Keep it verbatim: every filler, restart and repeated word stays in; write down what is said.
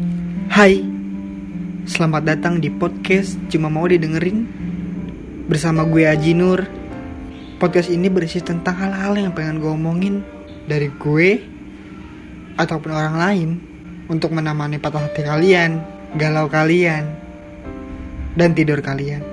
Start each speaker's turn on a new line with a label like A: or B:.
A: Hai, selamat datang di podcast Cuma Mau Didengerin bersama gue Aji Nur. Podcast ini berisi tentang hal-hal yang pengen gue omongin dari gue ataupun orang lain untuk menemani patah hati kalian, galau kalian, dan tidur kalian.